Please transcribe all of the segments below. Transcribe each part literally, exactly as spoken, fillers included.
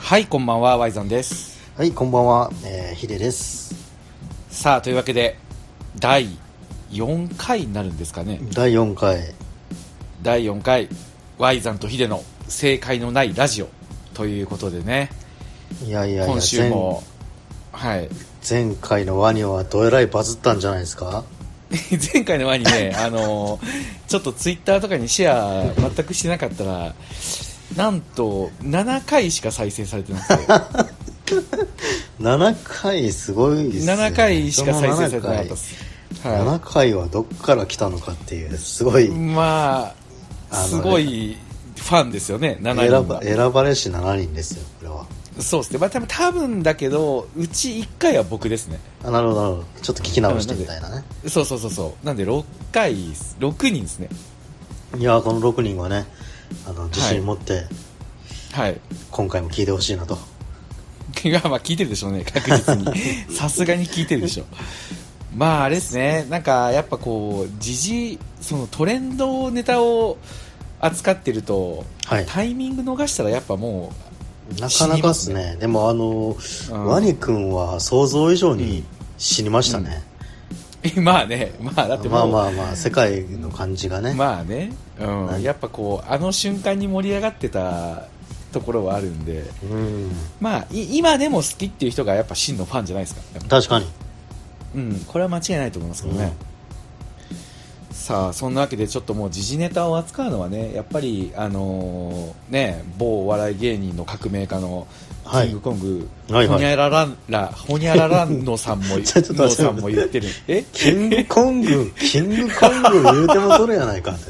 はい、こんばんは、ワイザンです。 はい、こんばんは、えー、ヒデです。 さあ、というわけでだいよんかいになるんですかね。 だいよんかいだいよんかいワイザンとヒデの正解のないラジオということでね。 いやいやいや、 今週もはい前回のワニはどえらいバズったんじゃないですか。 前回のワニねあのちょっとツイッターとかにシェア全くしてなかったらなんとななかいしか再生されてなくてななかいすごいですね。 ななかいしか再生されてなかったです。 はい、ななかいはどっから来たのかっていうすごい、 まあすごいファンですよね。ななにんは選ば、選ばれししちにんですよ、これは。 そうですね、まあ、多分多分だけどうちいっかいは僕ですね。 あ、なるほどなるほど。ちょっと聞き直してみたいなね。 そうそうそうそう、なんでろっかいろくにんですね。 いや、このろくにんはね、あの自信持って、 はい、はい、 今回も聞いてほしいなと。 いや、まあ聞いてるでしょうね、確実にさすがに聞いてるでしょう。まああれですね、なんかやっぱこう時事、そのトレンドネタを扱ってると、はい、タイミング逃したらやっぱもうなかなかですね。でもあの、うん、ワニ君は想像以上に死にましたね、 うんうん、まあね、まあだってもうまあまあまあ世界の感じがね、 まあね、うん、やっぱこうあの瞬間に盛り上がってたところはあるんで、うん、まあ今でも好きっていう人がやっぱ真のファンじゃないですか。 確かに、 うん、これは間違いないと思いますけどね、うん、さあそんなわけでちょっともう時事ネタを扱うのはね、やっぱりあのー、ね、某お笑い芸人の革命家のキングコング、はい、ホニャラランラホニャラランノさんもノさんも言ってるえキングコングキングコング言うてもそれやないか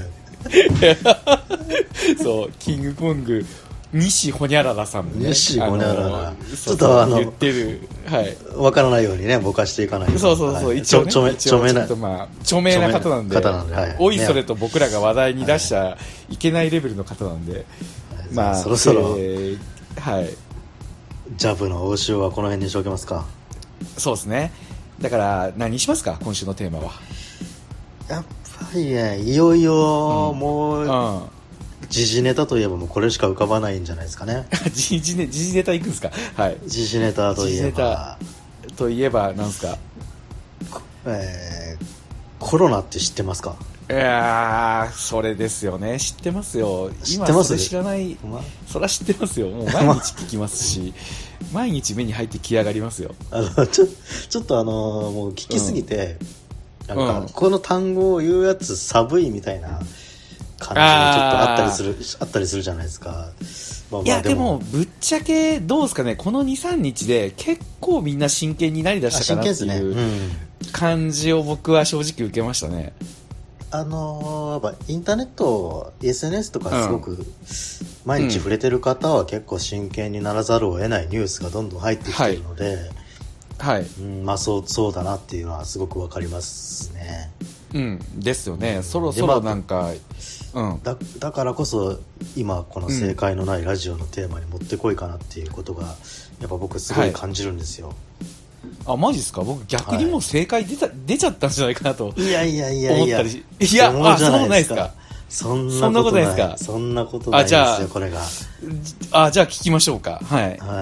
そうキングコング西ホニャララさんもね、 西ホニャララちょっとあの言ってる、はい、 分からないようにねぼかしていかないと。 そうそうそう、はい、一応ね、 著名著名な、 まあ、著名な方なんで、 方なんで、はい、 おいそれと僕らが話題に出しちゃいけないレベルの方なんで、はい、まあそろそろ、 えー、はいジャブの応酬はこの辺にしておきますか。 そうですね。だから何しますか、今週のテーマは。 やっぱりね、いよいよもう、うんうん、時事ネタといえばもうこれしか浮かばないんじゃないですかね。 時事ネ、時事ネタいくんですか。はい。 時事ネタといえばといえばなんですか。 えー、コロナって知ってますか。 いやー、それですよね。知ってますよ。 知ってます。 今それ知らない、ま、そりゃ知ってますよ。もう毎日聞きますし毎日目に入ってきやがりますよ。 あのちょちょっとあのもう聞きすぎて、うん、なんかこの単語を言うやつ寒いみたいな感じがちょっとあったりするあったりするじゃないですか。まあ、まあいやでもぶっちゃけどうですかね、この にさんにちで結構みんな真剣になりだしたかなっていう感じを僕は正直受けましたね。 あのー、やっぱインターネット エスエヌエス とかすごく毎日触れてる方は結構真剣にならざるを得ないニュースがどんどん入ってきてるので、はい、うん、まあそう、そうだなっていうのはすごくわかりますね。 うんですよね。そろそろなんか、うん、 だ, だからこそ今この正解のないラジオのテーマに持ってこいかなっていうことがやっぱ僕すごい感じるんですよ。はい、 あ、マジですか。僕逆にもう正解出た、はい、出ちゃったんじゃないかなと。 いやいやいやいや。 思ったりし。いや、あ、そんなことないですか。 そんなことないですか。そんなことないですよ、これが。 あ、じゃあ聞きましょうか。はい。 はい。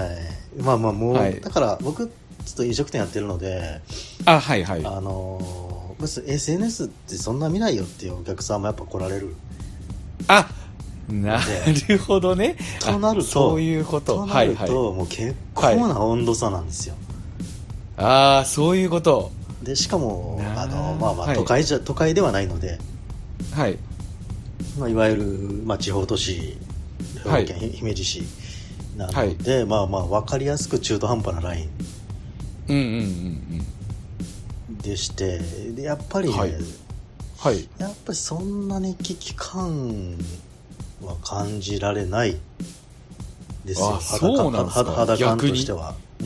まあまあもう、はい、だから僕ちょっと飲食店やってるので、 あ、はいはい。 あのー、エスエヌエス ってそんな見ないよっていうお客さんもやっぱ来られる。 あ、なるほどね。 となると、 そういうこと。 となると、はいはい、もう結構な温度差なんですよ。 ああ、そういうことで、しかもあの、まあまあ、都会じゃ、はい、都会ではないので、 はい、 まあ、いわゆる、まあ、地方都市、兵庫県姫路市なので、はい、まあまあ分かりやすく中途半端なライン、 うんうんうんうん、 でして、でやっぱりね、 はいはい、 やっぱりそんなに危機感は感じられないですよ。 あ、そうなんですか。 肌感としては、うん、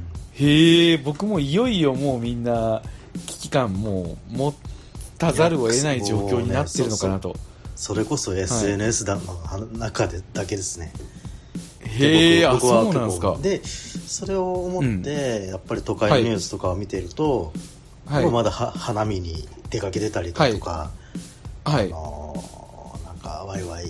へえ、僕もいよいよもうみんな危機感もう持たざるを得ない状況になってるのかなと。 それこそ エスエヌエス だの中でだけですね。 へえ、あ、そうなんですか。 でそれを思って、うん、やっぱり都会のニュースとかを見ていると、はい、まだは花見に出かけてたりだとか、はい、あのー、なんかワイワイこ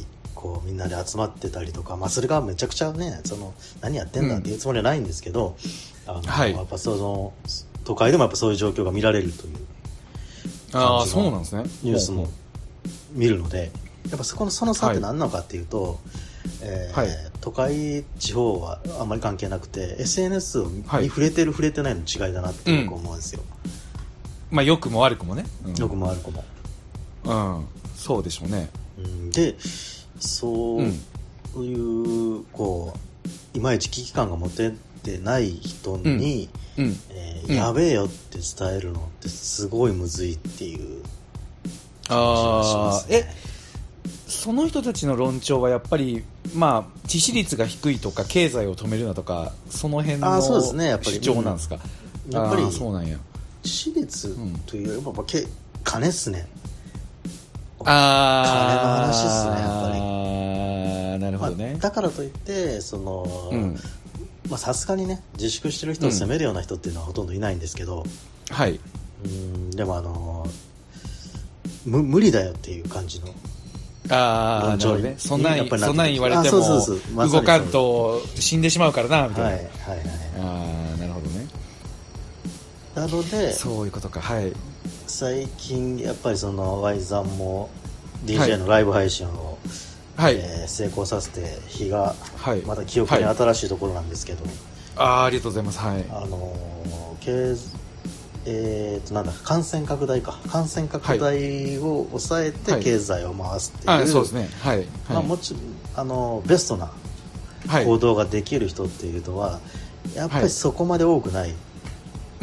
こうみんなで集まってたりとか、まあ、それがめちゃくちゃねその何やってんだっていうつもりはないんですけど、うん、あの、はい、やっぱその都会でもやっぱそういう状況が見られるというああそうなんですね。 ニュースも見るので、やっぱそこのその差って何なのかっていうと、はいえーはい、都会地方はあんまり関係なくて エスエヌエス に触れてる、はい、触れてないの違いだなって僕思うんですよ、 うん、まあ良くも悪くもね、 うん、良くも悪くもうんそうでしょうね、 うん、でそう、うん、いうこういまいち危機感が持ててない人に、うんうんえーうん、やべえよって伝えるのってすごいむずいっていう感じがしますね。 あえその人たちの論調はやっぱり、まあ、致死率が低いとか経済を止めるなとかその辺の主張なんですか。 やっぱりそうなんや。 致死率というよりも、うん、金っすね。 あ金の話っすねやっぱり。 あなるほどね、 まあ、だからといってその、うんまあ、さすがにね自粛してる人を責めるような人っていうのはほとんどいないんですけど、 うん、はいうんでもあのむ無理だよっていう感じのああなるほどね。そんなんそんなん言われてもそうそうそう、ま、動かんと死んでしまうからなみたいな、はいはいはい、ああなるほどね。 なのでそういうことか。はい最近やっぱりその ワイ さんも ディージェー のライブ配信を、はいえー、成功させて日がまた記憶に新しいところなんですけど、はい、 あ, ありがとうございます。はいあの経えー、となんだ感染拡大か感染拡大を抑えて経済を回すっていう、はい、 あそうですね、はいはいまあ、もちあのベストな行動ができる人っていうのは、はい、やっぱりそこまで多くない、はい、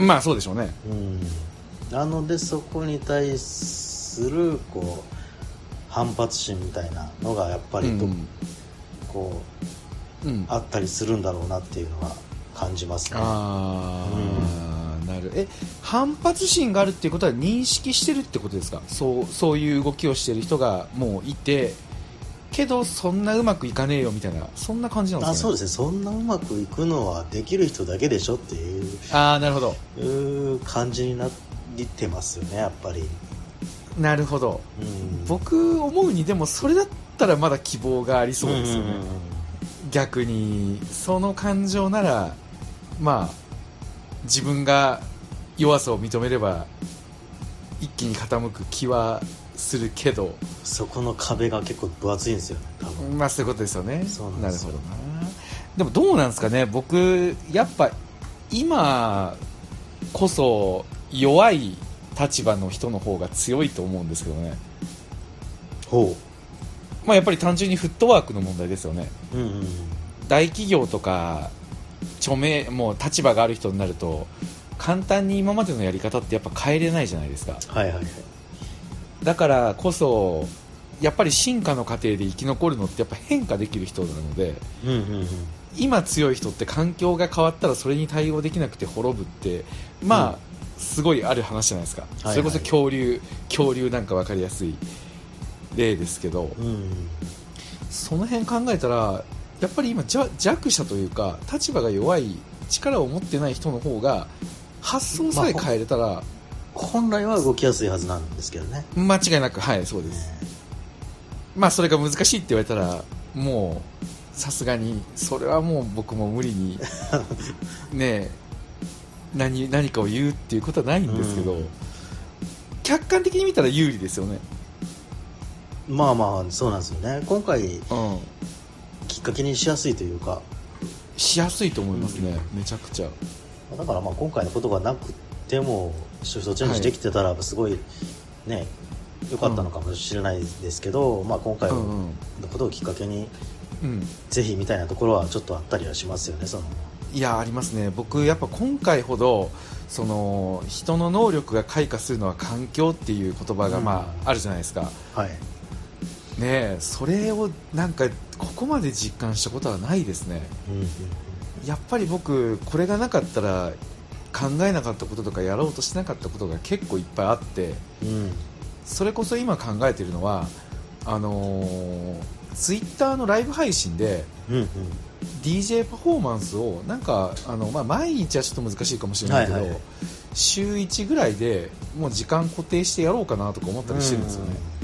まあそうでしょうね、 うん、なのでそこに対するこう反発心みたいなのがやっぱりど、うん、こう、うん、あったりするんだろうなっていうのは感じますね。 あー、うんなるえ反発心があるっていうことは認識してるってことですか。そう、そういう動きをしてる人がもういてけどそんなうまくいかねえよみたいなそんな感じなんですかね。 あそうですね。そんなうまくいくのはできる人だけでしょっていうあーなるほどいう感じになってますよねやっぱり。 なるほど、うん、僕思うにでもそれだったらまだ希望がありそうですよね、うんうんうん、逆にその感情ならまあ自分が弱さを認めれば一気に傾く気はするけどそこの壁が結構分厚いんですよね多分。 まあそういうことですよね。 そうなんですよ。 なるほどな。でもどうなんですかね。僕やっぱ今こそ弱い立場の人の方が強いと思うんですけどね。 ほう、まあ、やっぱり単純にフットワークの問題ですよね、 うんうん、 大企業とか著名もう立場がある人になると簡単に今までのやり方ってやっぱ変えれないじゃないですか。 はいはいはい。 だからこそやっぱり進化の過程で生き残るのってやっぱ変化できる人なので、 うんうんうん、 今強い人って環境が変わったらそれに対応できなくて滅ぶってまあ、うんすごいある話じゃないですか、はいはい、それこそ恐竜恐竜なんか分かりやすい例ですけど、 うん、 その辺考えたらやっぱり今弱者というか立場が弱い力を持ってない人の方が発想さえ変えれたら、まあ、 本来は動きやすいはずなんですけどね。 間違いなくはいそうです、ね、まあそれが難しいって言われたらもうさすがにそれはもう僕も無理にねえ何, 何かを言うっていうことはないんですけど、うん、客観的に見たら有利ですよね。 まあまあそうなんですよね。今回、 うん、 きっかけにしやすいというかしやすいと思いますね、うん、めちゃくちゃ。 だからまあ今回のことがなくてもシフトチェンジできてたらすごいね良かったのかもしれないですけど、うんまあ、今回のことをきっかけに、うん、ぜひみたいなところはちょっとあったりはしますよね。そのいやありますね。僕やっぱ今回ほどその人の能力が開花するのは環境っていう言葉がまああるじゃないですか、 うんはいね、それをなんかここまで実感したことはないですね、 うんうん、 やっぱり僕これがなかったら考えなかったこととかやろうとしなかったことが結構いっぱいあって、 うん、 それこそ今考えているのはあのー、ツイッターのライブ配信で、 うんうんディージェー パフォーマンスをなんかあの、まあ、毎日はちょっと難しいかもしれないけど、はいはい、週いちぐらいでもう時間固定してやろうかなとか思ったりしてるんですよね。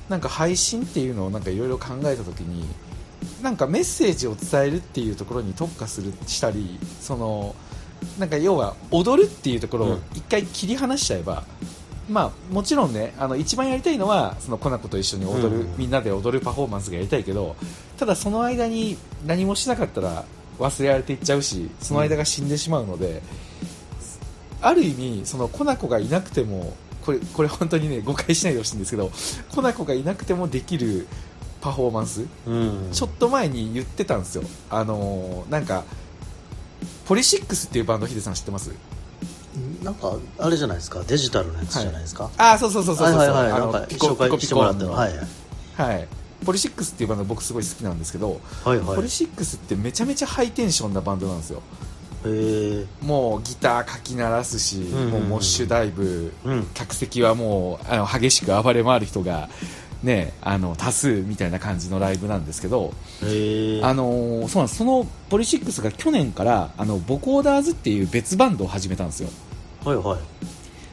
なんか配信っていうのをなんかいろいろ考えたときに、なんかメッセージを伝えるっていうところに特化するしたり、そのなんか要は踊るっていうところを一回切り離しちゃえば、うん、まあもちろんね、あの一番やりたいのはそのコナコと一緒に踊る、うん、みんなで踊るパフォーマンスがやりたいけど、ただその間に何もしなかったら忘れられていっちゃうし、その間が死んでしまうので、うん、ある意味そのコナコがいなくても、これこれ本当にね誤解しないでほしいんですけど、コナコがいなくてもできるパフォーマンス、うん、ちょっと前に言ってたんですよ。あのー、なんかポリシックスっていうバンド、ヒデさん知ってます？ なんかあれじゃないですか、デジタルのやつじゃないですか。はい、 ああそうそうそうそうそう、 はいはいはい、なんか紹介してもらったの、はいはい、ポリシックスっていうバンド僕すごい好きなんですけど、はいはい、ポリシックスってめちゃめちゃハイテンションなバンドなんですよ。へもうギターかき鳴らすし、うんうんうん、もうモッシュダイブ、うん、客席はもうあの激しく暴れ回る人がね、あの多数みたいな感じのライブなんですけど、へあのそうなんです。そのポリシックスが去年からあのボコーダーズっていう別バンドを始めたんですよ。はいはい。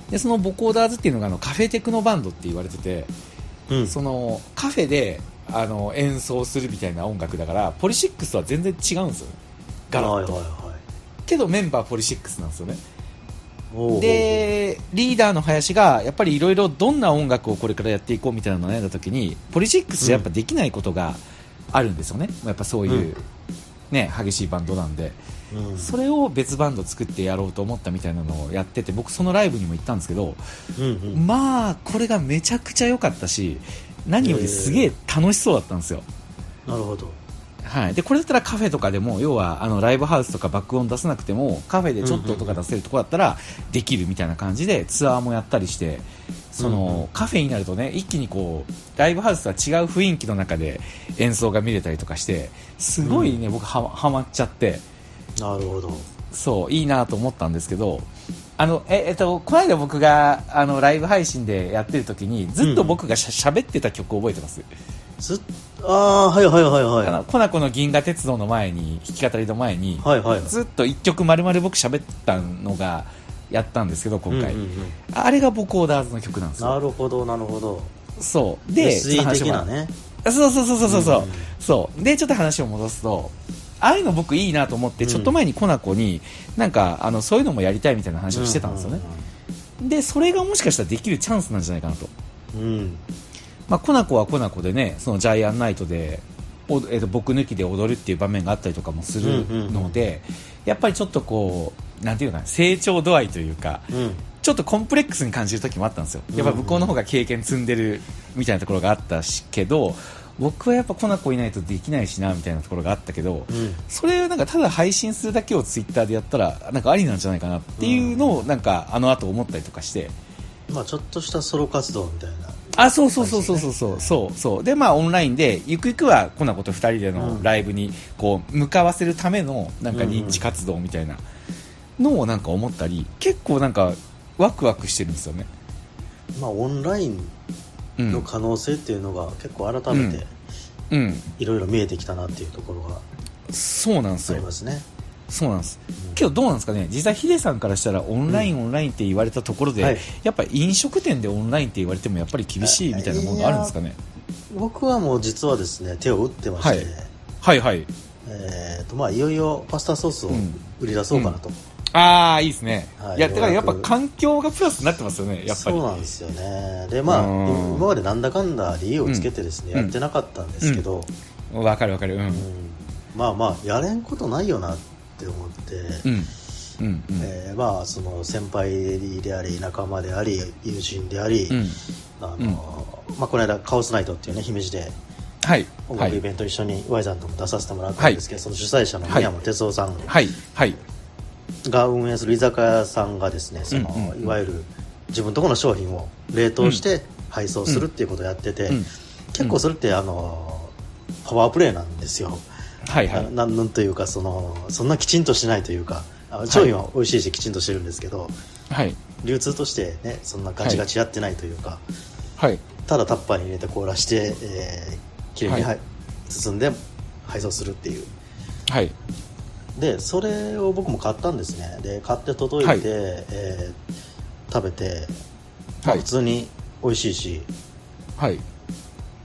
でそのボコーダーズっていうのがあのカフェテクノバンドって言われてて、うん、そのカフェであの演奏するみたいな音楽だから、ポリシックスとは全然違うんですよね、ガラッと、はいはいはい、けどメンバーポリシックスなんですよね。でリーダーの林がやっぱりいろいろどんな音楽をこれからやっていこうみたいなのを悩んだ時に、ポリシックスじゃやっぱできないことがあるんですよね、うん、やっぱそういう、うんね、激しいバンドなんで、うん、それを別バンド作ってやろうと思ったみたいなのをやってて、僕そのライブにも行ったんですけど、うんうん、まあこれがめちゃくちゃ良かったし、何よりすげえ楽しそうだったんですよ。 なるほど。 はい、でこれだったらカフェとかでも、要はあのライブハウスとか爆音出さなくてもカフェでちょっと音が出せるところだったらできるみたいな感じでツアーもやったりして、その、うんうん、カフェになるとね、一気にこうライブハウスとは違う雰囲気の中で演奏が見れたりとかして、すごいね、うん、僕はハマっちゃって、 なるほど、 そういいなと思ったんですけど、あのええっとこの間僕があのライブ配信でやってる時にずっと僕がしゃ喋ってた曲覚えてます？ ずっあはいはいはいはい、 あのコナコの銀河鉄道の前に、弾き語りの前に、 はいはい、 ずっといっきょく丸々僕喋ったのがやったんですけど今回、うんうんうん、あれがボコーダーズの曲なんですよ。 なるほどなるほど。 そうでエスイー 的なね、 そうそうそうそうそうそう、うんうん、そうでちょっと話を戻すと、ああいうの僕いいなと思って、うん、ちょっと前にコナコになんかあのそういうのもやりたいみたいな話をしてたんですよね、うんうんうん、でそれがもしかしたらできるチャンスなんじゃないかなと、うんまあ、コナコはコナコでね、そのジャイアンナイトでお、えー、と僕抜きで踊るっていう場面があったりとかもするので、うんうんうん、やっぱりちょっとこうなんていうか成長度合いというか、うん、ちょっとコンプレックスに感じる時もあったんですよ。やっぱ向こうの方が経験積んでるみたいなところがあったしけど、僕はやっぱコナコいないとできないしなみたいなところがあったけど、うん、それなんかただ配信するだけをツイッターでやったらなんかありなんじゃないかなっていうのをなんかあの後思ったりとかして、 まあ、ちょっとしたソロ活動みたいな、 あ、そうそうそうそうそうそうそうそうで、まあオンラインでゆくゆくはコナコとふたりでのライブにこう向かわせるためのなんか認知活動みたいなのをなんか思ったり、結構なんかワクワクしてるんですよね。 まあオンラインの可能性っていうのが結構改めていろいろ見えてきたなっていうところがそうなんですよ。 ありますね。 そうなんです、うん、けどどうなんですかね、実際ヒデさんからしたらオンライン、うん、オンラインって言われたところで、はい、やっぱり飲食店でオンラインって言われてもやっぱり厳しいみたいなものがあるんですかね。 僕はもう実はですね手を打ってまして、 はい、はいはいえーとまあ、いよいよパスタソースを売り出そうかなと、うんうん、 ああいいですね、はい、いやだからやっぱ環境がプラスになってますよね、やっぱり。 そうなんですよね。でまあ今までなんだかんだ理由をつけてですね、うん、やってなかったんですけど、 わ、うん、かるわかる、うんうん、 まあまあやれんことないよなって思って、うんうんうんえーまあ、その先輩であり仲間であり友人であり、うんあのうんまあ、この間カオスナイトっていうね姫路で音楽イベント一緒に Y さんとも出させてもらったんですけど、はい、その主催者の宮山哲夫さんが運営する居酒屋さんがですね、その、うんうんうん、いわゆる自分のところの商品を冷凍して配送するっていうことをやってて、うんうん、結構それってあのパワープレイなんですよ。はいはい、ななんというか そのそんなきちんとしないというか、商品は美味しいしきちんとしてるんですけど、はい、流通として、ね、そんなガチガチやってないというか、はい、ただタッパーに入れて凍らして、えー、きれいに、はい、包んで配送するっていう、はい、でそれを僕も買ったんですね。で買って届いて、はいえー、食べて、まあ、普通に美味しいし、はい、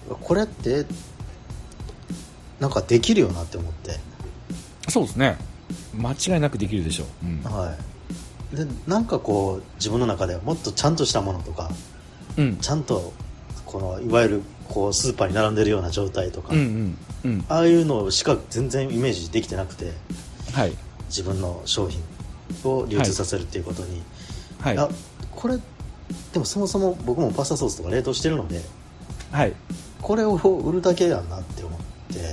これってなんかできるよなって思って。 そうですね、間違いなくできるでしょう、うん、 はい。でなんかこう自分の中でもっとちゃんとしたものとか、うん、ちゃんとこのいわゆるこうスーパーに並んでるような状態とか、うんうんうん、ああいうのしか全然イメージできてなくて、はい、自分の商品を流通させるっていうことに、はい、あこれでもそもそも僕もパスタソースとか冷凍してるので、はい、これを売るだけやなって思って。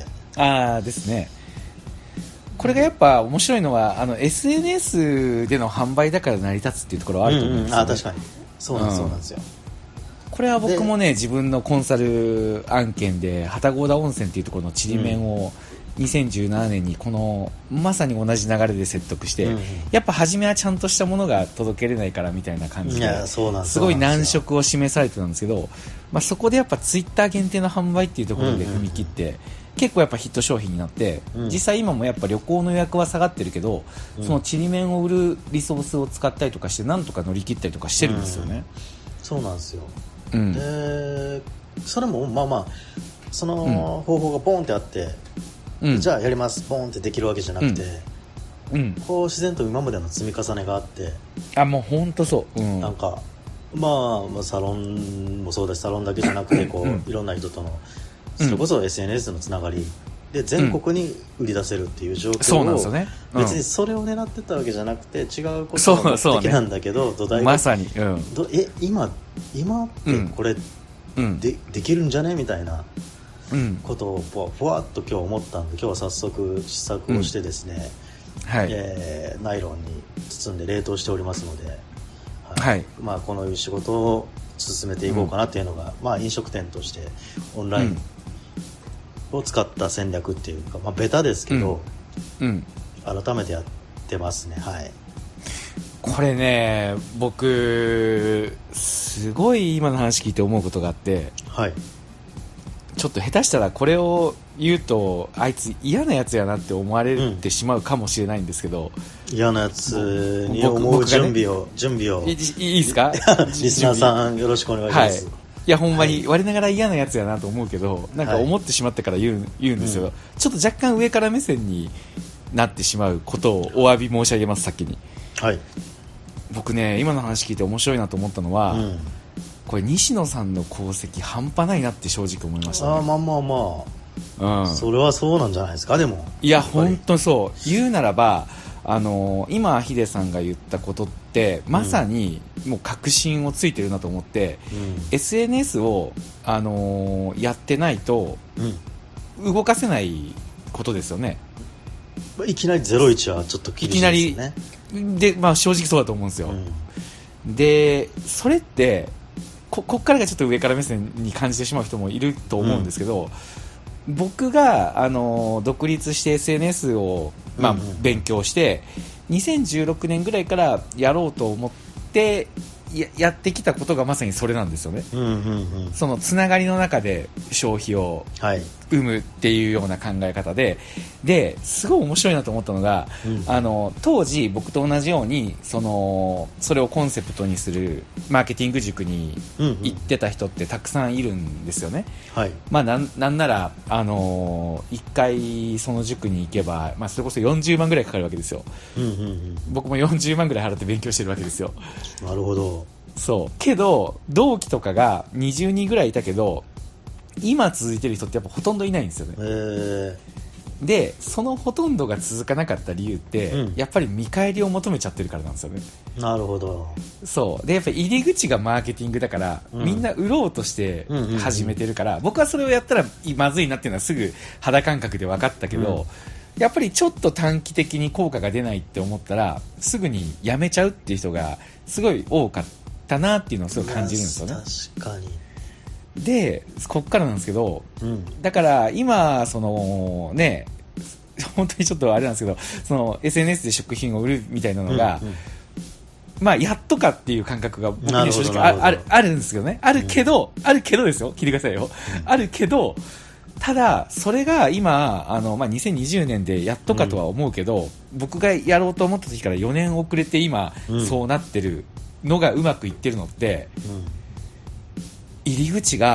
ああですね。これがやっぱ面白いのはあの エスエヌエス での販売だから成り立つっていうところはあると思うんですよね、 うんうん、あ確かにそうなん、うん、そうなんですよ。 これは僕もね自分のコンサル案件で旅籠田温泉っていうところのちりめんをにせんじゅうななねんにこのまさに同じ流れで説得して、うんうん、やっぱ初めはちゃんとしたものが届けれないからみたいな感じですごい難色を示されてたんですけど、まあ、そこでやっぱツイッター限定の販売っていうところで踏み切って、うんうんうん、結構やっぱヒット商品になって、うん、実際今もやっぱ旅行の予約は下がってるけど、うん、そのちりめんを売るリソースを使ったりとかしてなんとか乗り切ったりとかしてるんですよね、うん、 そうなんですよ、うん、でそれもまあまあその方法がボーンってあって、うん、じゃあやりますボーンってできるわけじゃなくて、うん、こう自然と今までの積み重ねがあって、 あもう本当そう、うん、 なんかまあサロンもそうだしサロンだけじゃなくてこう、うん、いろんな人とのそれこそ エスエヌエス のつながりで全国に売り出せるっていう状況を、うん、そうなんですよね、うん、別にそれを狙ってたわけじゃなくて違うことが目的なんだけど、土台がまさに、うん、 どえ今今ってこれ、うん、で, できるんじゃねみたいなことをふわっと今日思ったんで今日は早速試作をしてですね、うんはいえー、ナイロンに包んで冷凍しておりますので、はいはいまあ、この仕事を進めていこうかなっていうのが、うんまあ、飲食店としてオンラインを使った戦略っていうか、まあ、ベタですけど、うんうん、改めてやってますね、はい、 これね僕すごい今の話聞いて思うことがあって、はい、ちょっと下手したらこれを言うとあいつ嫌なやつやなって思われてしまうかもしれないんですけど、 うん、嫌なやつに思う準備を、ね、準備をいいですかリスナーさんよろしくお願いします、 はいいやほんまに我ながら嫌なやつやなと思うけどなんか思ってしまったから言う、言うんですよ、うん、ちょっと若干上から目線になってしまうことをお詫び申し上げます先に、はい、僕ね今の話聞いて面白いなと思ったのは、うん、これ西野さんの功績半端ないなって正直思いましたね。 あまあまあまあ、うん、それはそうなんじゃないですか。でもいや本当そう言うならばあの今ヒデさんが言ったことってまさにもう確信をついてるなと思って、うん、エスエヌエス を、あのー、やってないと、うん、動かせないことですよね。 いきなりゼロイチはちょっと厳しいですね。 いきなりで、まあ、正直そうだと思うんですよ、うん、でそれってここっからがちょっと上から目線に感じてしまう人もいると思うんですけど、うん、僕が、あのー、独立して エスエヌエス をまあ、うんうん、勉強してにせんじゅうろくねんぐらいからやろうと思ってや, やってきたことがまさにそれなんですよね、うんうんうん、そのつながりの中で消費を生むっていうような考え方で、ですごい面白いなと思ったのが、うん、あの当時僕と同じように そ, のそれをコンセプトにするマーケティング塾に行ってた人ってたくさんいるんですよね、はいまあ、な, なんならあのいっかいその塾に行けば、まあ、それこそよんじゅうまんぐらいかかるわけですよ、うんうんうん、僕もよんじゅうまんぐらい払って勉強してるわけですよ。 なるほど。 そうけど同期とかがにじゅうにんぐらいいたけど今続いてる人ってやっぱほとんどいないんですよね、えー、でそのほとんどが続かなかった理由って、うん、やっぱり見返りを求めちゃってるからなんですよね。 なるほど。 そうでやっぱり入り口がマーケティングだから、うん、みんな売ろうとして始めてるから、うんうんうん、僕はそれをやったらまずいなっていうのはすぐ肌感覚で分かったけど、うん、やっぱりちょっと短期的に効果が出ないって思ったらすぐにやめちゃうっていう人がすごい多かったなっていうのをすごい感じるんですよね。 確かに。 でこっからなんですけど、うん、だから今そのね本当にちょっとあれなんですけどその エスエヌエス で食品を売るみたいなのが、うんうん、まあやっとかっていう感覚が僕には正直 あ, あ, るあるんですけどね。あるけど、うん、あるけどですよ聞いてくださいよ、うん、あるけどただそれが今あの、まあ、にせんにじゅうねんでやっとかとは思うけど、うん、僕がやろうと思った時からよねん遅れて今、うん、そうなってるのがうまくいってるのって、うん、入り口が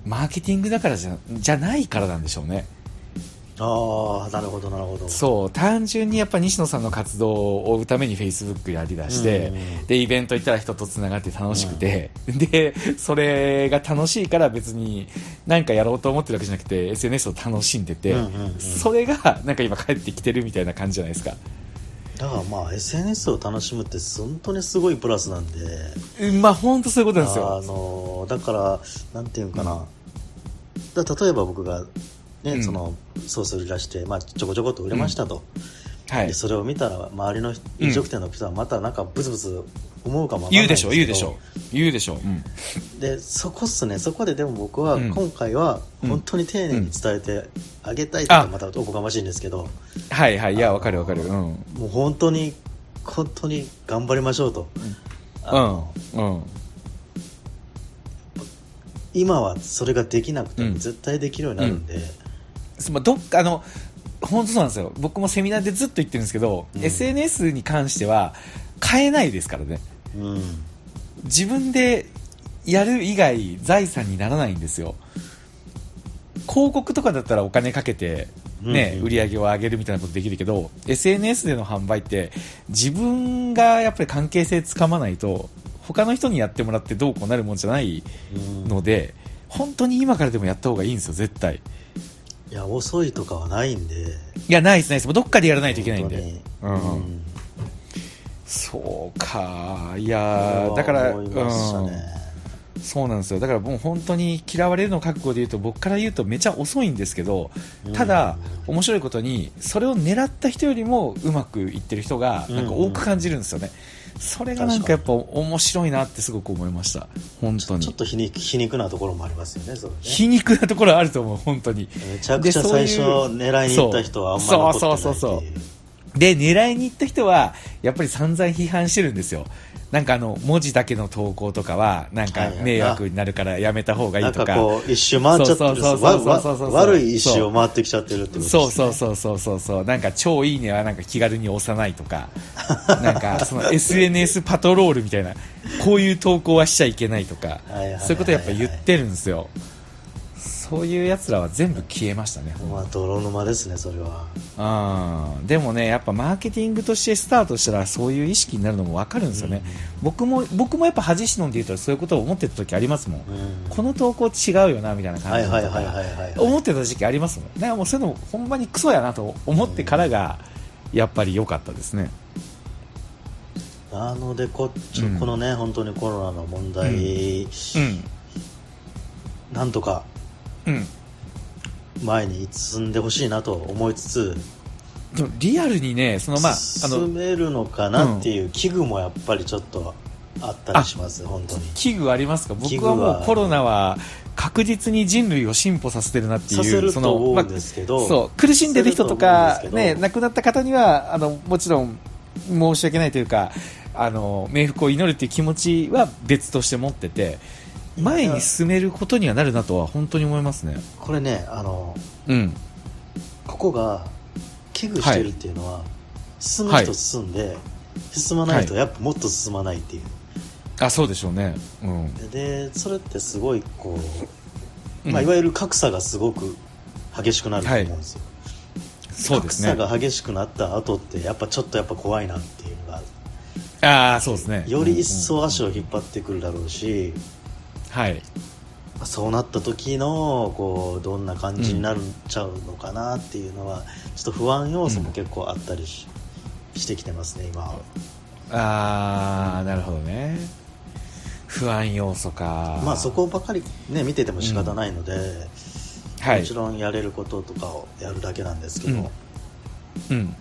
マーケティングだからじゃ、じゃないからなんでしょうね。 ああ、なるほどなるほど。 そう、単純にやっぱ西野さんの活動を追うために Facebook やりだして、うんうん、でイベント行ったら人とつながって楽しくて、うん、でそれが楽しいから別に何かやろうと思ってるわけじゃなくて エスエヌエス を楽しんでて、うんうんうん、それがなんか今帰ってきてるみたいな感じじゃないですか。 だからまあ エスエヌエス を楽しむって本当にすごいプラスなんで、 まあ本当そういうことなんですよ。 あのだからなんていうかな、うん、だ例えば僕がね、うん、そのソース売り出して、まあ、ちょこちょこっと売れましたと、うんはい、でそれを見たら周りの飲食店の人はまたなんかブツブツ思うかもわからないんですけど、 言うでしょ言うでしょ言うでしょ、 うん、でそこっすね。そこででも僕は今回は本当に丁寧に伝えてあげたいとか、またおこがましいんですけど、 はいはい、いやわかるわかる、うん、 もう本当に本当に頑張りましょうと、 うんうん、 今はそれができなくても絶対できるようになるんで、うんうん、どっかあの本当そうなんですよ。僕もセミナーでずっと言ってるんですけど、うん、エスエヌエス に関しては買えないですからね、うん、自分でやる以外財産にならないんですよ。広告とかだったらお金かけて、ねうんうん、売り上げを上げるみたいなことできるけど エスエヌエス での販売って自分がやっぱり関係性つかまないと他の人にやってもらってどうこうなるもんじゃないので、うん、本当に今からでもやった方がいいんですよ絶対。 いや遅いとかはないんで。いやないですないです。どっかでやらないといけないんで、うんうん、 そうか。いやだから思いましたね、うん、そうなんですよ。だからもう本当に嫌われるの覚悟で言うと僕から言うとめちゃ遅いんですけど、ただ、うん、面白いことにそれを狙った人よりもうまくいってる人がなんか多く感じるんですよね、うんうん、それがなんかやっぱ面白いなってすごく思いました本当に。 ちょっと皮肉、皮肉なところもありますよね、それね。 皮肉なところあると思う本当に。 めちゃくちゃ最初狙いに行った人はあんまり残ってないっていう。そうそうそうそうで狙いに行った人はやっぱり散々批判してるんですよ。なんかあの文字だけの投稿とかはなんか迷惑になるからやめた方がいいとか、 なんかこう一周回っちゃってる、悪い一周を回ってきちゃってるってことですね。 そうそうそうそうそうそうなんか超いいねはなんか気軽に押さないとかなんかその エスエヌエス パトロールみたいなこういう投稿はしちゃいけないとかそういうことやっぱ言ってるんですよ。そういうやつらは全部消えましたね。 まあ泥沼ですねそれは。 あでもねやっぱマーケティングとしてスタートしたらそういう意識になるのも分かるんですよね、うん、僕も僕もやっぱ恥忍んで言うとそういうことを思ってた時ありますもん、うん、この投稿違うよなみたいな感じで思ってた時期ありますもん。だからもうそういうのほんまにクソやなと思ってからがやっぱり良かったですね。 なのでこっち、うん、このね本当にコロナの問題、うんうん、なんとかうん前に進んでほしいなと思いつつ、 でもリアルにねそのまあ進めるのかなっていう危惧もやっぱりちょっとあったりします、うん、本当に。 危惧ありますか？僕はもうコロナは確実に人類を進歩させてるなっていう、 させると思うんですけど、 まあ、そう苦しんでる人とかね亡くなった方にはあのもちろん申し訳ないというかあの冥福を祈るっていう気持ちは別として持ってて前に進めることにはなるなとは本当に思いますね。 これねあの、うん、ここが危惧してるっていうのは、はい、進む人進んで、はい、進まない人はやっぱもっと進まないっていう、 はい、あそうでしょうね、うん、 でそれってすごいこう、まあ、いわゆる格差がすごく激しくなると思うんですよ、はい、そうですね、格差が激しくなった後ってやっぱちょっとやっぱ怖いなっていうのがある。 あそうですね、 より一層足を引っ張ってくるだろうし、 はい、 そうなった時のこうどんな感じになっちゃうのかなっていうのは、うん、ちょっと不安要素も結構あったり し,、うん、してきてますね今は。 あーなるほどね、不安要素か。 まあそこばかり、ね、見てても仕方ないので、うんはい、もちろんやれることとかをやるだけなんですけど、うん、うん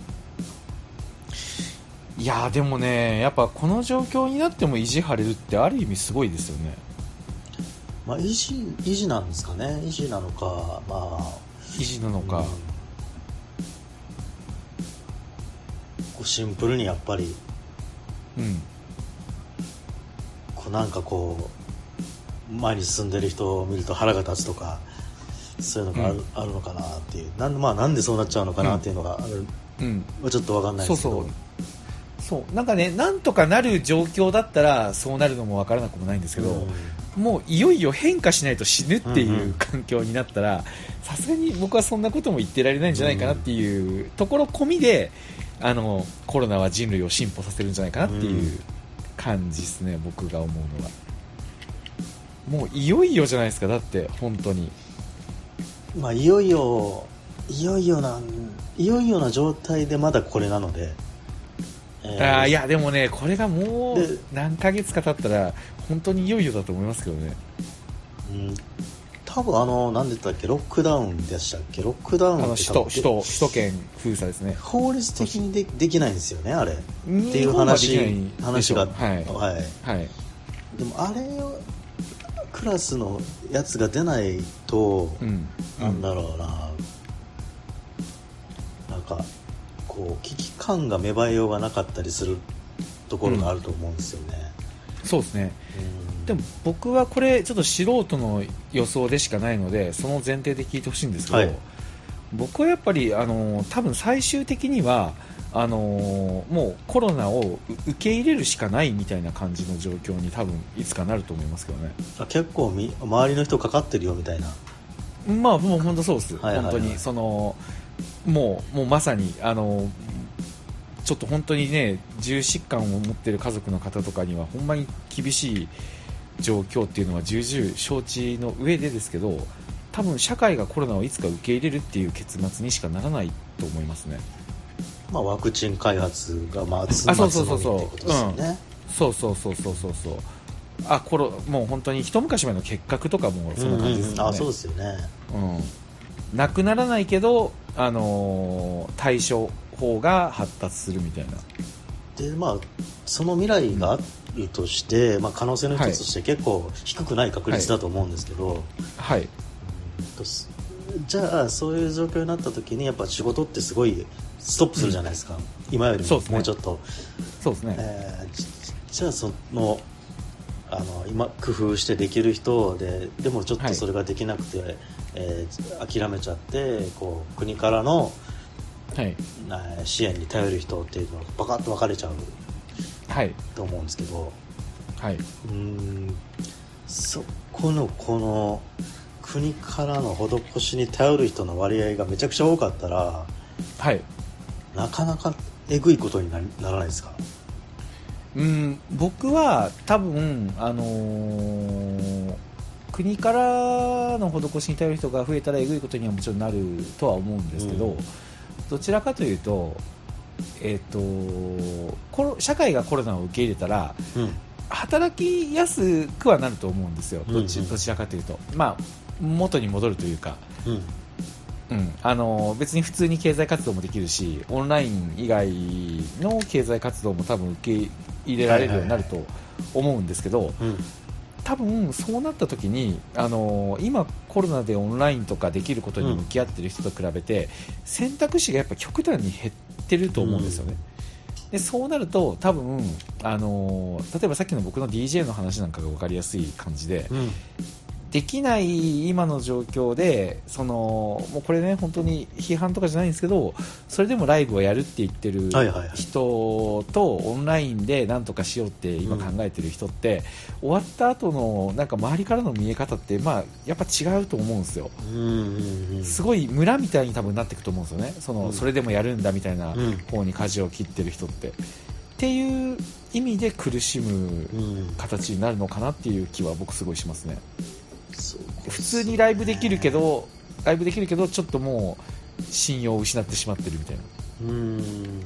いやでもねやっぱこの状況になっても意地張れるってある意味すごいですよね。 まあ、維持、維持なんですかね。維持なのか、まあ、 維持なのか、うん、こうシンプルにやっぱり、うん、こうなんかこう前に進んでる人を見ると腹が立つとかそういうのがある、うん、あるのかなっていう。なんで、まあ、なんでそうなっちゃうのかなっていうのがある、うん、ちょっと分かんないですけど、 そうそうそうなんかね、なんとかなる状況だったらそうなるのもわからなくもないんですけど、うん、もういよいよ変化しないと死ぬっていう環境になったら、さすがに僕はそんなことも言ってられないんじゃないかなっていうところ込みで、あのコロナは人類を進歩させるんじゃないかなっていう感じですね、僕が思うのは。もういよいよじゃないですか、だって本当に。 まあいよいよいよいよないよいよな状態でまだこれなので、 えー、あいやでもね、これがもう何ヶ月か経ったら本当にいよいよだと思いますけどね。 うん、多分あの何で言ったっけ、ロックダウンでしたっけ、ロックダウンってあの首都首都首都圏封鎖ですね。 法律的に で, できないんですよねあれっていう話話が、はいはいはい、でもあれをクラスのやつが出ないと、うん、なんだろうな、なんかこう危機感が芽生えようがなかったりするところがあると思うんですよね、 うん、そうですね、うん、でも僕はこれちょっと素人の予想でしかないのでその前提で聞いてほしいんですけど、はい、僕はやっぱりあの多分最終的にはあのー、もうコロナを受け入れるしかないみたいな感じの状況に多分いつかなると思いますけどね。 あ、結構み周りの人かかってるよみたいな。 まあもう本当そうです、はいはいはい、本当にそのもうもうまさにあのちょっと本当にね重疾患を持っている家族の方とかにはほんまに厳しい状況っていうのは重々承知の上でですけど、多分社会がコロナをいつか受け入れるっていう結末にしかならないと思いますね。 まあ、ワクチン開発がまあつまつまってことですよね。 そうそうそうそうそうそう。あ、これもう本当に一昔前の結核とかもそんな感じですよね。うんうん、あ、 そうですよね。 うん。なくならないけど、あのー、対処法が発達するみたいな。 で、まあその未来があるとして、うん、まあ可能性の一つとして結構低くない確率だと思うんですけど。はい。はい、うんとじゃあそういう状況になった時にやっぱ仕事ってすごいストップするじゃないですか、うん、今よりももうちょっとそうですね、 えー、じゃあそのあの今工夫してできる人ででもちょっとそれができなくて、はい、えー、諦めちゃってこう国からの、はい、支援に頼る人っていうのがバカッと分かれちゃう、はい、と思うんですけど、はい、うーんそこのこの国からの施しに頼る人の割合がめちゃくちゃ多かったら、はい、なかなかえぐいことに な, ならないですか？ うん、僕は多分、あのー、国からの施しに頼る人が増えたらえぐいことにはもちろんなるとは思うんですけど、うん、どちらかというと、えーと、コロ社会がコロナを受け入れたら、うん、働きやすくはなると思うんですよ、ど ち,、うんうん、どちらかというと、まあ、元に戻るというか、うんうん、あの別に普通に経済活動もできるしオンライン以外の経済活動も多分受け入れられるようになると思うんですけど、はいはいはい、多分そうなった時にあの今コロナでオンラインとかできることに向き合ってる人と比べて、うん、選択肢がやっぱ極端に減ってると思うんですよね、うん、でそうなると多分あの例えばさっきの僕の ディージェー の話なんかが分かりやすい感じで、うん、できない今の状況でそのもうこれね本当に批判とかじゃないんですけどそれでもライブをやるって言ってる人とオンラインでなんとかしようって今考えてる人って、うん、終わった後のなんか周りからの見え方ってまあやっぱ違うと思うんですよ、うんうんうん、すごい村みたいに多分なっていくと思うんですよね、その、うん、それでもやるんだみたいな方に舵を切ってる人って、うん、っていう意味で苦しむ形になるのかなっていう気は僕すごいしますね。普通にライブできるけどライブできるけどちょっともう信用を失ってしまってるみたいな。うーん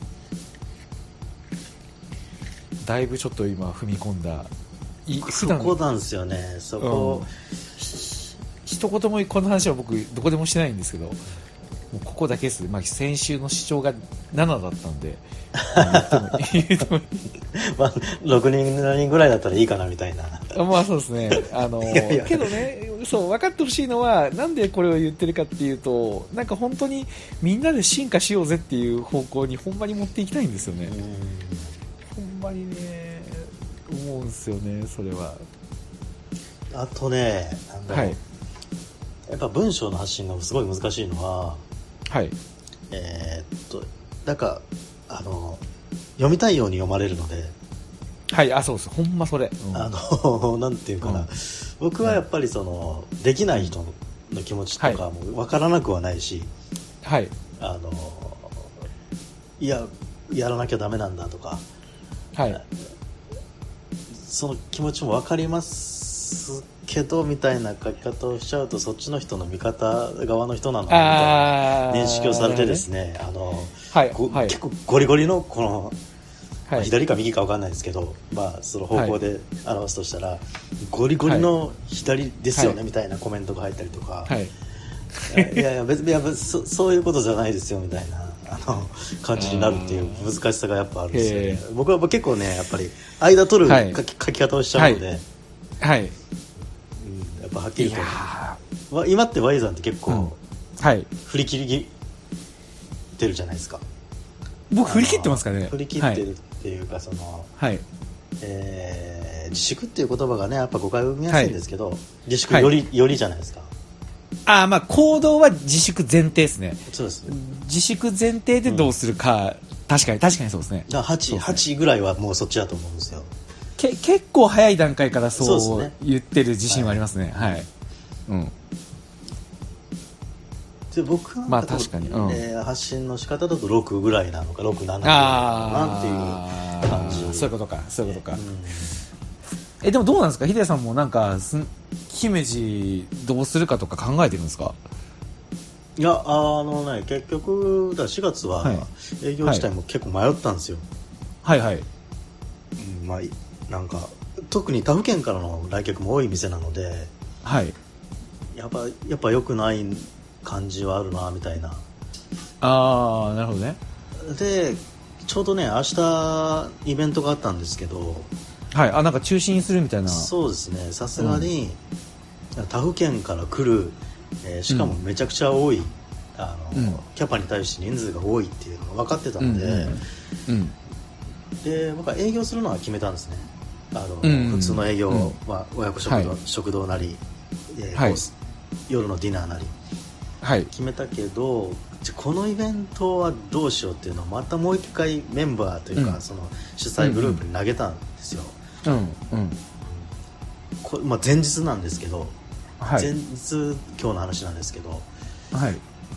だいぶちょっと今踏み込んだい普段そこなんですよねそこ、うん、 一言もこの話は僕どこでもしてないんですけどもうここだけです、まあ、先週の視聴がななだったんでまあ、ろくにんしちにんぐらいだったらいいかなみたいなまあそうですねあのいやいやけどねそう分かってほしいのはなんでこれを言ってるかっていうとなんか本当にみんなで進化しようぜっていう方向にほんまに持っていきたいんですよね。うんほんまにね思うんですよねそれは。 あとねなんだろう、はい、やっぱ文章の発信がすごい難しいのははいえー、っとなんかあの読みたいように読まれるので、 はい、あ、そうです、ほんまそれ、うん、 あのなんていうかな、うん、僕はやっぱりそのできない人の気持ちとかも分からなくはないし、 はい、 あのいややらなきゃダメなんだとか、 はい、 その気持ちも分かりますけどみたいな書き方をしちゃうと、そっちの人の味方側の人なのみたいな認識をされてですね、あの、はいはい、結構ゴリゴリのこの、はい、左か右か分かんないですけど、まあ、その方向で表すとしたら、はい、ゴリゴリの左ですよね、はい、みたいなコメントが入ったりとか、はい、いやいや別にやそそういうことじゃないですよみたいなあの感じになるっていう難しさがやっぱあるんですよね。僕は結構ねやっぱり間取る書き、はい、書き方をしちゃうので、はいはい、うん、やっぱはっきりと今ってワイザンって結構、うんはい、振り切りてるじゃないですか。 僕振り切ってますかね。 振り切ってるっていうか、はい、その、はいえー、自粛っていう言葉がねやっぱ誤解を生みやすいんですけど、はい、自粛より、はい、よりじゃないですか。 あまあ行動は自粛前提ですね。 そうですね。 自粛前提でどうするか、うん、確かに確かにそうですね。 だから 8, はちぐらいはもうそっちだと思うんですよ。 け結構早い段階からそう言ってる自信はありますね。はい、はい、うん。 で僕はまあ確かに、うんえー、発信の仕方だとろくぐらいなのかろく、ななぐらいなのかなっていう感じ。 そういうことかそういうことか、うん、えでもどうなんですか、ヒデさんもなんか姫路どうするかとか考えてるんですか。 いやあのね結局だしがつは営業自体も結構迷ったんですよ。 はいはい、はい、 うん、まあなんか特に他府県からの来客も多い店なので、 はい、 やっぱやっぱ良くない感じはあるなみたいな。 ああなるほどね。 でちょうどね明日イベントがあったんですけど、 はい、あなんか中止にするみたいな。 そうですね、さすがに、うん、他府県から来る、えー、しかもめちゃくちゃ多い、うん、あの、うん、キャパに対して人数が多いっていうのが分かってたので、うんうんうん、で僕は営業するのは決めたんですね。あの、うんうん、普通の営業は親子食堂、はい、食堂なり、えーはい、夜のディナーなり、はい、決めたけどじゃこのイベントはどうしようっていうのをまたもう一回メンバーというか、うん、その主催グループに投げたんですよ。うんうんこまあ、前日なんですけど、はい、前日今日の話なんですけど、はい、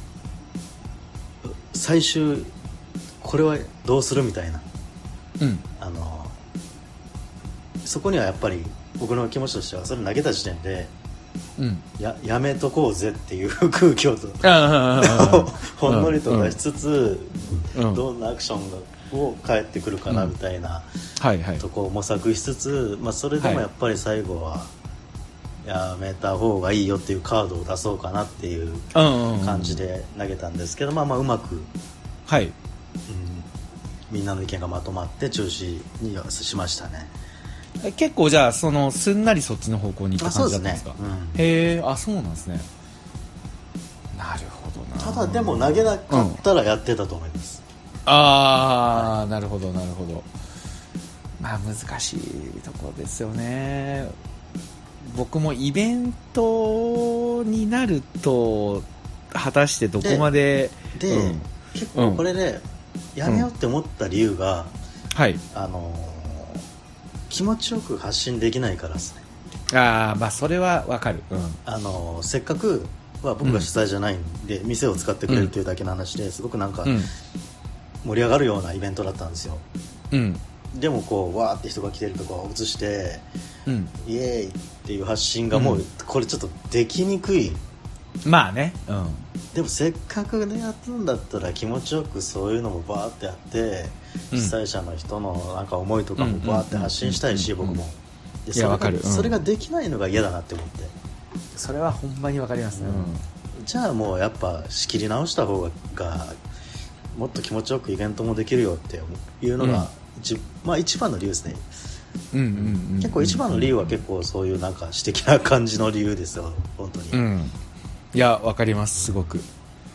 最終これはどうするみたいな、うん、あのそこにはやっぱり僕の気持ちとしてはそれ投げた時点で、うん、や, やめとこうぜっていう空気をほんのりと出しつつ、うん、どんなアクションがを返ってくるかなみたいな、うんはいはい、とこを模索しつつ、まあ、それでもやっぱり最後はやめた方がいいよっていうカードを出そうかなっていう感じで投げたんですけど、まあ、まあうまく、はいうん、みんなの意見がまとまって中止にしましたね。 結構じゃあそのすんなりそっちの方向に行った感じだったんですか。 そうですね、 うん、へえあそうなんですね。なるほどな。 ただでも投げなかったらやってたと思います、うんああ、はい、なるほどなるほど。まあ難しいところですよね。僕もイベントになると果たしてどこまでで、で、うん、結構これで、うん、やめようって思った理由が、うん、はいあの気持ちよく発信できないからですね。ああまあそれはわかる、うん、 あのせっかくは僕が主催じゃないんで、うん、店を使ってくれるというだけの話ですごくなんか、うん盛り上がるようなイベントだったんですよ、うん、でもこうわーって人が来てるとこを映して、うん、イエーイっていう発信がもう、うん、これちょっとできにくい。 まあね、うん、 でもせっかくねやったんだったら気持ちよくそういうのもバーってやって、うん、主催者の人のなんか思いとかもバーって発信したいし、僕もでそれが、いやわかる、うん、それができないのが嫌だなって思って。 それはほんまにわかりますね、 うん、じゃあもうやっぱ仕切り直した方がもっと気持ちよくイベントもできるよっていうのが一、うんまあ、一番の理由ですね、うんうんうん、結構一番の理由は結構そういうなんか私的な感じの理由ですよ本当に、うん、 いやわかりますすごく。い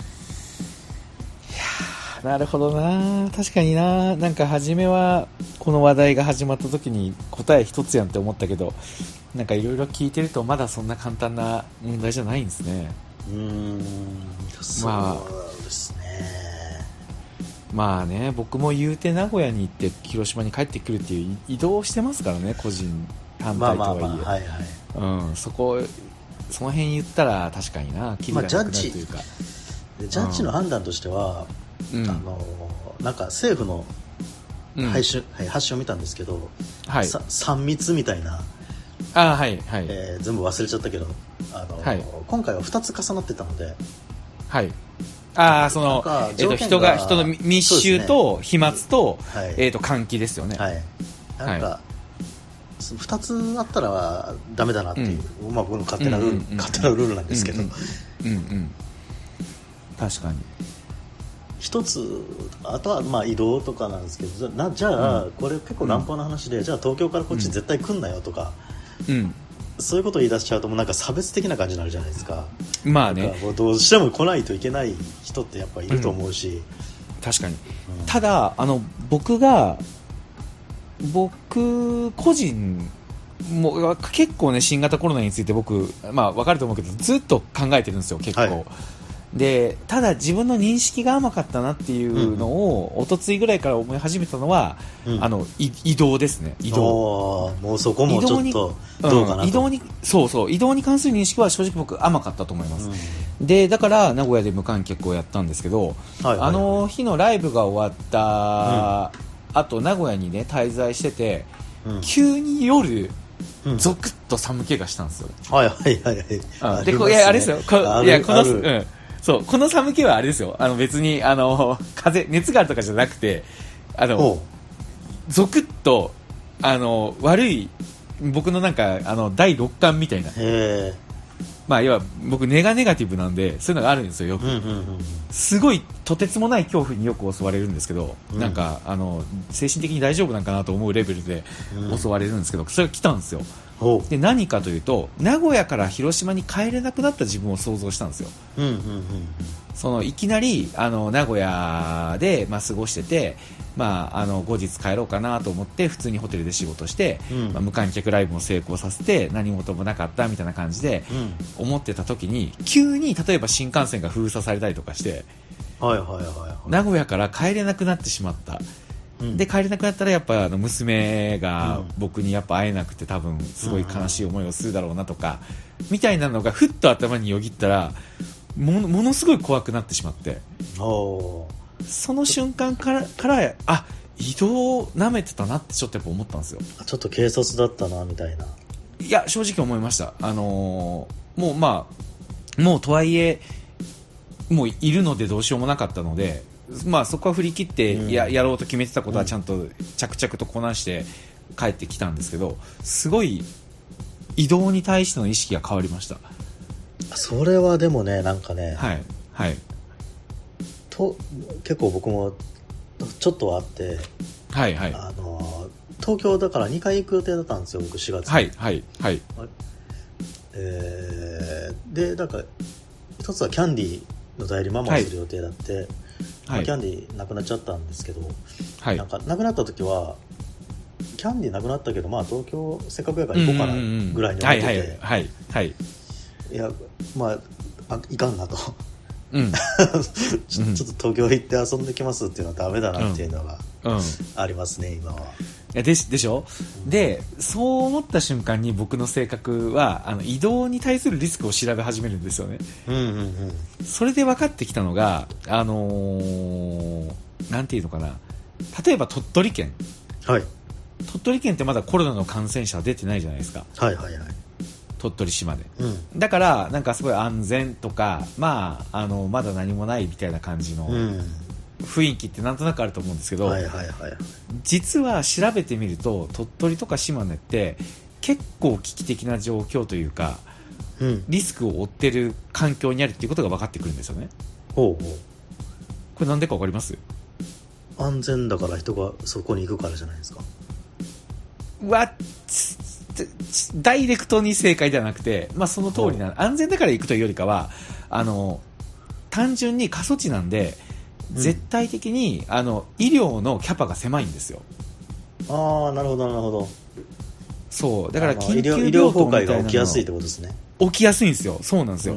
やなるほどな。確かにな。なんか初めはこの話題が始まった時に答え一つやんって思ったけどなんかいろいろ聞いてるとまだそんな簡単な問題じゃないんですね。 うーんそうですね、まあまあね、僕も言うて名古屋に行って広島に帰ってくるっていう移動をしてますからね、個人反対とはいえ、まあまあまあ、はいはい、うん、そこその辺言ったら確かにな、キリがなくなるというか、まあ、ジャッジ、ジャッジの判断としては、うん、あのなんか政府の配信、うん、発信を見たんですけど、はい、さん密みたいな、 あ、はいはい、 えー、全部忘れちゃったけど、あの、はい、今回はふたつ重なってたので、 はい、ああ、その、えー、と人が人の密集と飛沫と、ね、はい、えー、と換気ですよね。 はい。なんか、はい、ふたつあったらダメだなっていう、うん、まあ僕の勝手なルール、うんうんうん、勝手なルールなんですけど、うんうんうんうん、 確かに。 一つ、あとはまあ移動とかなんですけど、なじゃあ、うん、これ結構乱暴な話で、うん、じゃあ東京からこっち絶対来んなよとか、うん、そういうことを言い出しちゃうともうなんか差別的な感じになるじゃないですか。 まあね、 もうどうしても来ないといけない人ってやっぱいると思うし、うん、 確かに、うん、ただあの僕が僕個人も結構ね、新型コロナについて僕、まあ分かると思うけどずっと考えてるんですよ結構、はい、でただ自分の認識が甘かったなっていうのを、うん、おとついぐらいから思い始めたのは、うん、あの移動ですね。移動、 もうそこもちょっとどうかなと、 うん、移動にそうそう移動に関する認識は正直僕甘かったと思います、うん、でだから名古屋で無観客をやったんですけど、はいはいはい、あの日のライブが終わった、うん、あと名古屋にね滞在してて、うん、急に夜ゾクッと寒気がしたんですよ、 うん、はいはいはいはい、 でこいやあれですよ、こいやこの、うん、そうこの寒気はあれですよ、あの別にあの風熱があるとかじゃなくて、あのゾクッとあの悪い僕のなんかあのだいろっかんみたいな、へまあ要は僕ネガネガティブなんでそういうのがあるんですよよく、うんうんうん、すごいとてつもない恐怖によく襲われるんですけど、うん、なんかあの精神的に大丈夫なんかなと思うレベルで襲われるんですけど、うん、それが来たんですよ。で何かというと名古屋から広島に帰れなくなった自分を想像したんですよ、うんうんうんうん、そのいきなりあの名古屋で、まあ、過ごしてて、まあ、あの後日帰ろうかなと思って普通にホテルで仕事して、うんまあ、無観客ライブも成功させて何事もなかったみたいな感じで思ってた時に、急に例えば新幹線が封鎖されたりとかして、はいはいはいはい、名古屋から帰れなくなってしまった、うん、で帰れなくなったらやっぱあの娘が僕にやっぱ会えなくて多分すごい悲しい思いをするだろうなとかみたいなのがふっと頭によぎったら も, ものすごい怖くなってしまって、おその瞬間からからあ移動舐めてたなってちょっとやっぱ思ったんですよ。 ちょっと軽率だったなみたいな。 いや正直思いました。あのー、もうまあもうとはいえもういるのでどうしようもなかったので、まあ、そこは振り切ってや、うん、やろうと決めてたことはちゃんと着々とこなして帰ってきたんですけど、すごい移動に対しての意識が変わりました。 それはでもねなんかね、 はいはい、 と結構僕もちょっとはあって、 はいはい、 あの東京だからにかい行く予定だったんですよ僕しがつに、 はいはいはい、 えー、でなんか一つはキャンディーの代理ママをする予定だって、はいまあ、キャンディーなくなっちゃったんですけど、はい、なんかなくなった時はキャンディーなくなったけど、まあ、東京せっかくやから行こうかなぐらいに思ってて、はいはいはいはい、いやまああいかんなと、うん、ち, ょちょっと東京行って遊んできますっていうのはダメだなっていうのがありますね、うんうん、今は。 いや で, でしょ、うん、でそう思った瞬間に僕の性格はあの移動に対するリスクを調べ始めるんですよね、うんうんうん、それで分かってきたのがあのー、なんていうのかな、例えば鳥取県、はい、鳥取県ってまだコロナの感染者は出てないじゃないですか、はいはいはい、鳥取島で、うん、だからなんかすごい安全とか、まあ、あのまだ何もないみたいな感じの、うん雰囲気ってなんとなくあると思うんですけど、はいはいはい、実は調べてみると鳥取とか島根って結構危機的な状況というか、うん、リスクを負ってる環境にあるっていうことが分かってくるんですよね。ほうほう、これなんでか分かります？ 安全だから人がそこに行くからじゃないですか。 うわダイレクトに正解ではなくて、まあ、その通りな、安全だから行くというよりかはあの単純に過疎地なんで絶対的に、うん、あの医療のキャパが狭いんですよ。 ああなるほどなるほど。 そうだから緊急病棟みたいなのが起きやすいってことですね。 起きやすいんですよ。そうなんですよ、うん、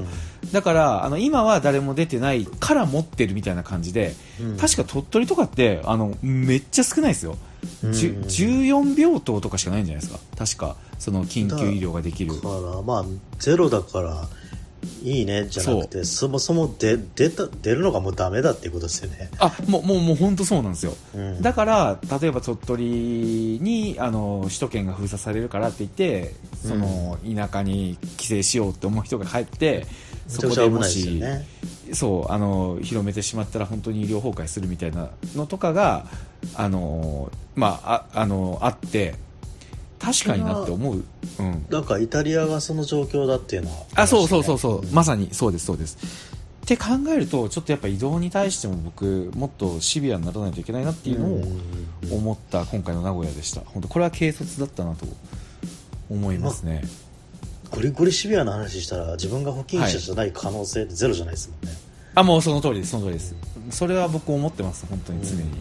だからあの今は誰も出てないから持ってるみたいな感じで、うん、確か鳥取とかってあのめっちゃ少ないですよ、うん、じゅうよん病棟とかしかないんじゃないですか、確かその緊急医療ができる。 だからまあゼロだからいいねじゃなくて、そもそも出出た出るのがもうダメだっていうことですよね。 あもうもうもう本当そうなんですよ、うん、だから例えば鳥取にあの首都圏が封鎖されるからって言ってその田舎に帰省しようって思う人が帰って、うん、そこでもし、ね、そうあの広めてしまったら本当に医療崩壊するみたいなのとかがあの、まあ、あ, あのあって確かになって思う、うん、 なんかイタリアがその状況だっていうのは、ね、 あそうそうそうそう、うん、まさにそうですそうですって考えるとちょっとやっぱ移動に対しても僕もっとシビアにならないといけないなっていうのを思った今回の名古屋でした。本当これは軽率だったなと思いますね、 ま、ゴリゴリシビアな話したら自分が保菌者じゃない可能性ってゼロじゃないですもんね、はい、 あもうその通りですその通りです、うん、それは僕思ってます本当に常に、うんうん、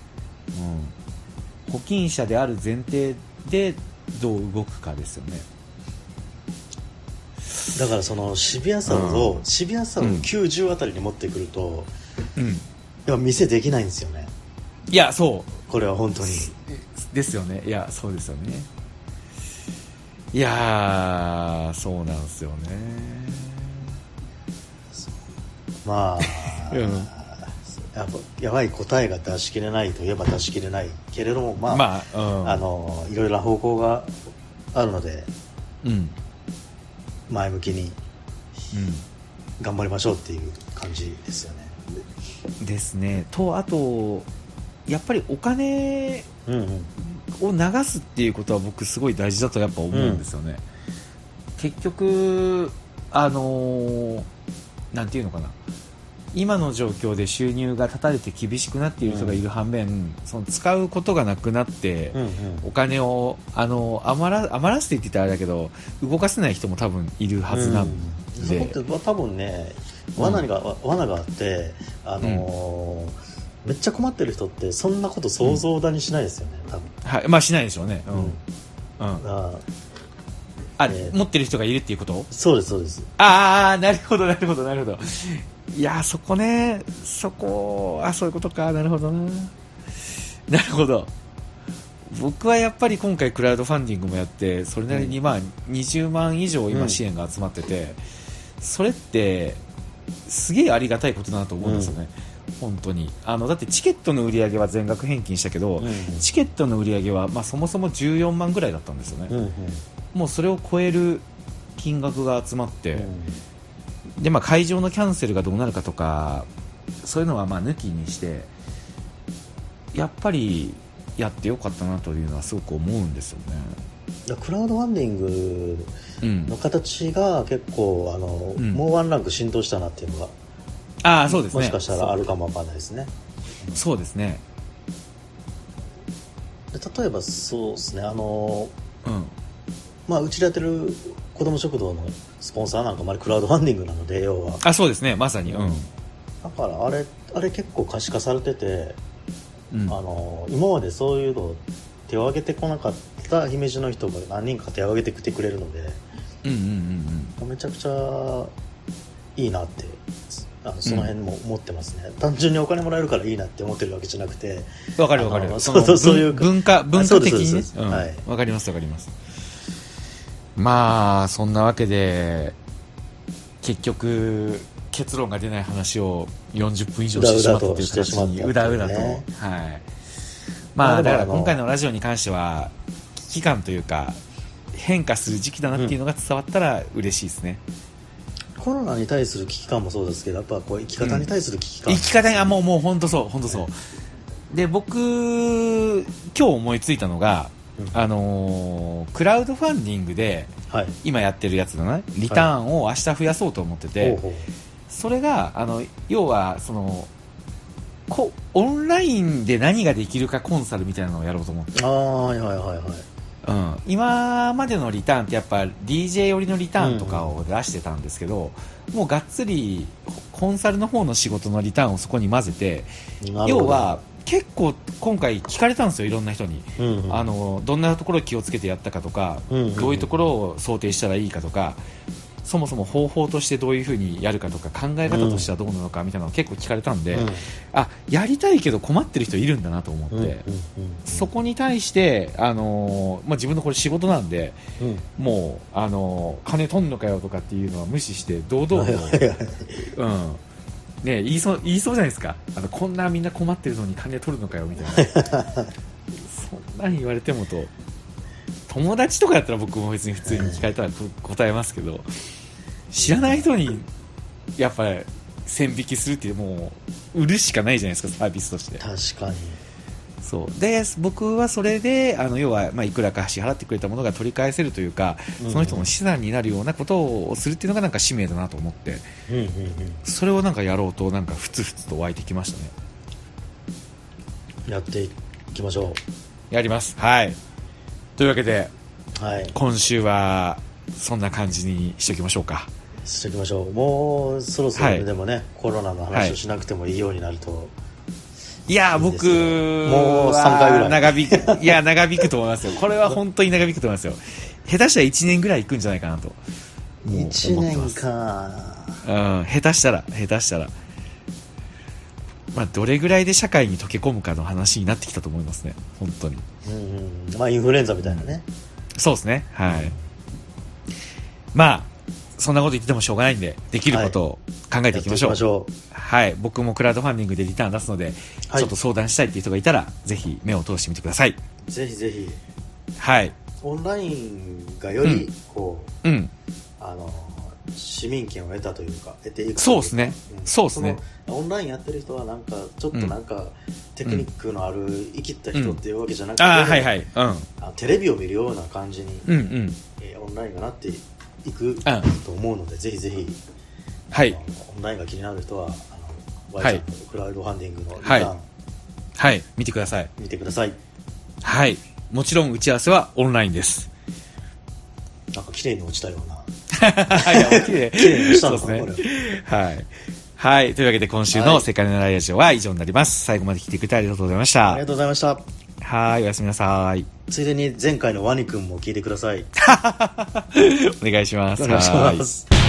保菌者である前提でどう動くかですよね。 だからそのシビアさを、うん、シビアさをきゅうじゅうあたりに持ってくると、うん、いや店できないんですよね。 いやそうこれは本当にですよね。いやそうですよね。いやそうなんですよね。 まあ、うん、や, やばい答えが出しきれないといえば出しきれないけれども、まあ、まあ、うん、あのいろいろな方向があるので、うん、前向きに頑張りましょうっていう感じですよね。 ですね。とあとやっぱりお金を流すっていうことは僕すごい大事だとやっぱ思うんですよね、うん、結局あのー、なんていうのかな、今の状況で収入が断たれて厳しくなっている人がいる反面、うん、その使うことがなくなって、うんうん、お金をあの 余, ら余らせてって言ったらあれだけど動かせない人も多分いるはずなんで、 うん、そこって多分ね罠が、うん、罠があってあのーうんめっちゃ困ってる人ってそんなこと想像だにしないですよね、うん、多分。 はい、まあしないでしょうね。うん。うん。ああ、えー、持ってる人がいるっていうこと？ そうですそうです。 ああ、なるほどなるほどなるほど。いやそこね、そこあそういうことか、なるほどな。なるほど。僕はやっぱり今回クラウドファンディングもやってそれなりにまあにじゅうまん以上今支援が集まってて、うん、それってすげえありがたいことだなと思うんですよね。うん本当にあのだってチケットの売り上げは全額返金したけど、うんうん、チケットの売り上げは、まあ、そもそもじゅうよんまんぐらいだったんですよね、うんうん、もうそれを超える金額が集まって、うんでまあ、会場のキャンセルがどうなるかとかそういうのはまあ抜きにしてやっぱりやってよかったなというのはすごく思うんですよね。 クラウドファンディングの形が結構あの、うん、もうワンランク浸透したなっていうのがあそうですね、 もしかしたらあるかもわかんないですね。 そうですね。 例えばそうですねあの、うんまあ、うちでやってる子ども食堂のスポンサーなんかまでクラウドファンディングなので要はあそうですねまさに、うん、 だからあれあれ結構可視化されてて、うん、あの今までそういうのを手を挙げてこなかった姫路の人が何人か手を挙げてきてくれるので、うんうんうんうん、めちゃくちゃいいなってあのその辺も思ってますね、うん、単純にお金もらえるからいいなって思ってるわけじゃなくてわかるわかるそうそういう文化文化的にねわ、うんはい、かりますわかります。まあそんなわけで結局結論が出ない話をよんじゅっぷん以上してしまったという形にうだうだと、はいまあだから今回のラジオに関しては危機感というか変化する時期だなっていうのが伝わったら嬉しいですね、 うん、コロナに対する危機感もそうですけどやっぱこう生き方に対する危機感、 うん、生き方にあもうもう本当そう本当そう、はい、で僕今日思いついたのが、うん、あのー、クラウドファンディングで、はい、今やってるやつのねリターンを明日増やそうと思ってて、はい、それがあの要はそのこオンラインで何ができるかコンサルみたいなのをやろうと思って。 あはいはいはいはい、 うん、今までのリターンってやっぱ ディージェー 寄りのリターンとかを出してたんですけど、うん、もうがっつりコンサルの方の仕事のリターンをそこに混ぜて要は結構今回聞かれたんですよいろんな人に、うんうん、あのどんなところを気をつけてやったかとか、うんうんうん、どういうところを想定したらいいかとかそもそも方法としてどういうふうにやるかとか考え方としてはどうなのかみたいなのを結構聞かれたんで、うん、あやりたいけど困ってる人いるんだなと思って、うんうんうんうん、そこに対して、あのーまあ、自分のこれ仕事なんで、うん、もう、あのー、金取んのかよとかっていうのは無視して堂々と、うんね、言いそう言いそうじゃないですか、あのこんなみんな困ってるのに金取るのかよみたいなそんなん言われてもと、友達とかだったら僕も別に普通に聞かれたら答えますけど、知らない人にやっぱり線引きするってもう売るしかないじゃないですか、サービスとして。 確かに。 そうで僕はそれであの要はまあいくらか支払ってくれたものが取り返せるというか、うんうん、その人の資産になるようなことをするっていうのがなんか使命だなと思って、うんうんうん、それをなんかやろうとなんかふつふつと湧いてきましたね。 やっていきましょう。やります。はい。というわけで、 はい、 今週はそんな感じにしておきましょうか。 しておきましょう。もうそろそろ、ね、はい、でもねコロナの話をしなくてもいいようになると、はい、 いや僕もうさんかいぐらい長引くいや長引くと思いますよ。これは本当に長引くと思いますよ。下手したらいちねんぐらいいくんじゃないかなといちねんか、 うん、下手したら下手したらまあ、どれぐらいで社会に溶け込むかの話になってきたと思いますね、本当に。 うんうん、まあインフルエンザみたいなね。 そうですね。はい。まあそんなこと言っててもしょうがないんで、できることを考えていきましょう。 はい、やっていきましょう。 はい。僕もクラウドファンディングでリターン出すので、はい、ちょっと相談したいっていう人がいたら、ぜひ目を通してみてください。 ぜひぜひ。 はい。 オンラインがよりこう、 うん、 あの市民権を得たというか得ていく。 そうですね。うん、そうですね。 オンラインやってる人はなんかちょっとなんか、うん、テクニックのある生きった人っていうわけじゃなくて、うん、 あはいはい、うん、 あテレビを見るような感じに、 うんうんえー、オンラインがなっていくと思うので、うん、ぜひぜひ、 はい、 オンラインが気になる人はあの Y ちゃんのクラウドファンディングのリターン、はい、 はい、見てください。 見てください。 はい、もちろん打ち合わせはオンラインです。 なんか綺麗に落ちたような。 はい、綺麗にしたのかな、 そうですね。はい。はい。というわけで今週の世界のラジオは以上になります。最後まで聞いてくれてありがとうございました。 ありがとうございました。 はい。おやすみなさい。 ついでに前回のワニくんも聞いてください。 お願いします。 お願いします。